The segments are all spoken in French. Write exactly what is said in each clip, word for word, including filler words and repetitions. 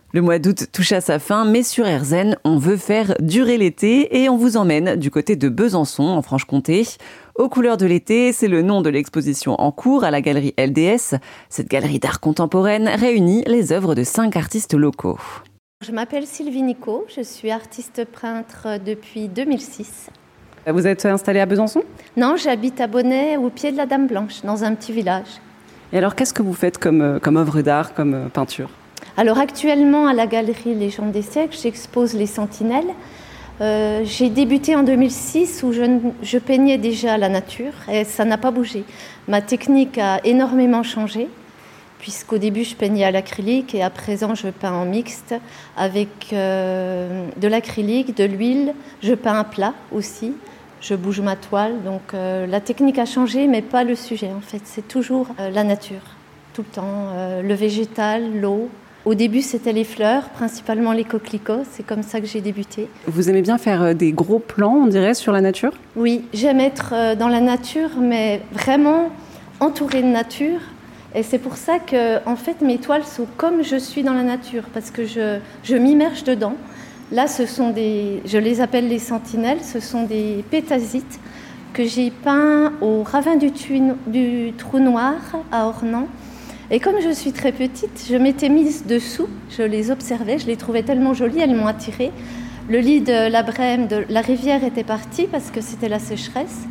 Le mois d'août touche à sa fin, mais sur Erzen, on veut faire durer l'été et on vous emmène du côté de Besançon, en Franche-Comté. Aux couleurs de l'été, c'est le nom de l'exposition en cours à la galerie L D S. Cette galerie d'art contemporaine réunit les œuvres de cinq artistes locaux. Je m'appelle Sylvie Nicot, je suis artiste peintre depuis deux mille six. Vous êtes installée à Besançon ? Non, j'habite à Bonnet, au pied de la Dame Blanche, dans un petit village. Et alors, qu'est-ce que vous faites comme, comme œuvre d'art, comme peinture ? Alors actuellement, à la galerie Légende des siècles, j'expose les Sentinelles. Euh, j'ai débuté en deux mille six où je, je peignais déjà la nature et ça n'a pas bougé. Ma technique a énormément changé puisqu'au début je peignais à l'acrylique et à présent je peins en mixte avec euh, de l'acrylique, de l'huile, je peins à plat aussi. Je bouge ma toile, donc euh, la technique a changé mais pas le sujet en fait. C'est toujours euh, la nature, tout le temps, euh, le végétal, l'eau. Au début, c'était les fleurs, principalement les coquelicots. C'est comme ça que j'ai débuté. Vous aimez bien faire des gros plans, on dirait, sur la nature ? Oui, j'aime être dans la nature, mais vraiment entourée de nature. Et c'est pour ça que, en fait, mes toiles sont comme je suis dans la nature, parce que je, je m'immerge dedans. Là, ce sont des, je les appelle les sentinelles. Ce sont des pétasites que j'ai peints au ravin du, tuin, du Trou Noir à Ornans. Et comme je suis très petite, je m'étais mise dessous, je les observais, je les trouvais tellement jolies, elles m'ont attirée. Le lit de la Brème, de la rivière était parti parce que c'était la sécheresse.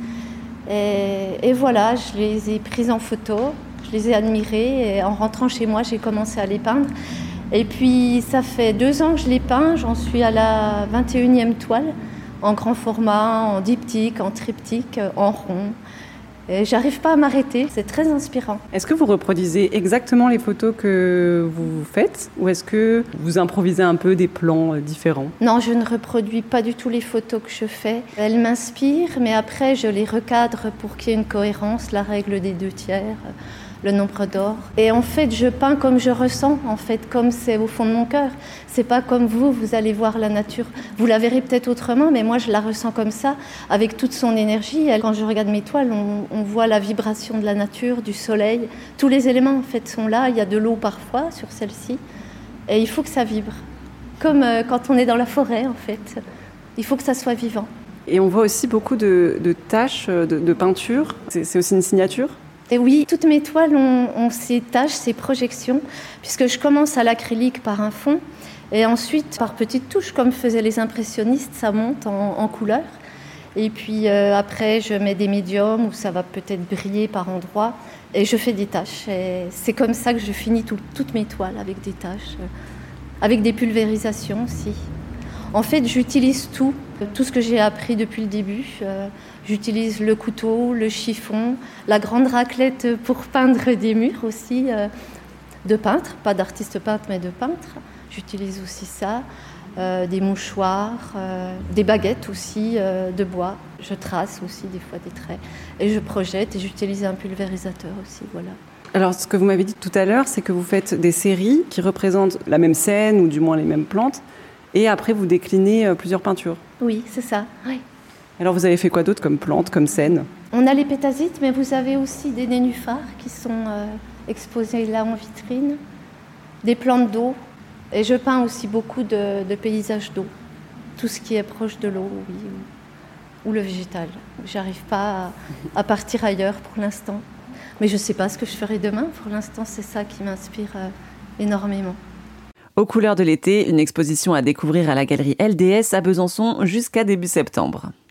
Et, et voilà, je les ai prises en photo, je les ai admirées. Et en rentrant chez moi, j'ai commencé à les peindre. Et puis, ça fait deux ans que je les peins, j'en suis à la vingt et unième toile, en grand format, en diptyque, en triptyque, en rond. Et j'arrive pas à m'arrêter, c'est très inspirant. Est-ce que vous reproduisez exactement les photos que vous faites ou est-ce que vous improvisez un peu des plans différents ? Non, je ne reproduis pas du tout les photos que je fais. Elles m'inspirent, mais après je les recadre pour qu'il y ait une cohérence, la règle des deux tiers, le nombre d'or. Et en fait, je peins comme je ressens, en fait, comme c'est au fond de mon cœur. C'est pas comme vous, vous allez voir la nature. Vous la verrez peut-être autrement, mais moi, je la ressens comme ça, avec toute son énergie. Quand je regarde mes toiles, on, on voit la vibration de la nature, du soleil. Tous les éléments, en fait, sont là. Il y a de l'eau parfois sur celle-ci. Et il faut que ça vibre. Comme euh, quand on est dans la forêt, en fait. Il faut que ça soit vivant. Et on voit aussi beaucoup de, de taches de, de peinture. C'est, c'est aussi une signature ? Et oui, toutes mes toiles ont, ont ces taches, ces projections, puisque je commence à l'acrylique par un fond, et ensuite, par petites touches, comme faisaient les impressionnistes, ça monte en, en couleur. Et puis euh, après, je mets des médiums où ça va peut-être briller par endroits, et je fais des taches. Et c'est comme ça que je finis tout, toutes mes toiles, avec des taches, euh, avec des pulvérisations aussi. En fait, j'utilise tout, tout ce que j'ai appris depuis le début. Euh, j'utilise le couteau, le chiffon, la grande raclette pour peindre des murs aussi, euh, de peintre, pas d'artiste peintre, mais de peintre. J'utilise aussi ça, euh, des mouchoirs, euh, des baguettes aussi euh, de bois. Je trace aussi des fois des traits et je projette et j'utilise un pulvérisateur aussi, voilà. Alors, ce que vous m'avez dit tout à l'heure, c'est que vous faites des séries qui représentent la même scène ou du moins les mêmes plantes. Et après, vous déclinez plusieurs peintures. Oui, c'est ça. Oui. Alors, vous avez fait quoi d'autre comme plante, comme scène ? On a les pétasites, mais vous avez aussi des nénuphars qui sont euh, exposés là en vitrine, des plantes d'eau. Et je peins aussi beaucoup de, de paysages d'eau. Tout ce qui est proche de l'eau, oui, ou, ou le végétal. J'arrive pas à, à partir ailleurs pour l'instant. Mais je ne sais pas ce que je ferai demain. Pour l'instant, c'est ça qui m'inspire euh, énormément. Aux couleurs de l'été, une exposition à découvrir à la galerie L D S à Besançon jusqu'à début septembre.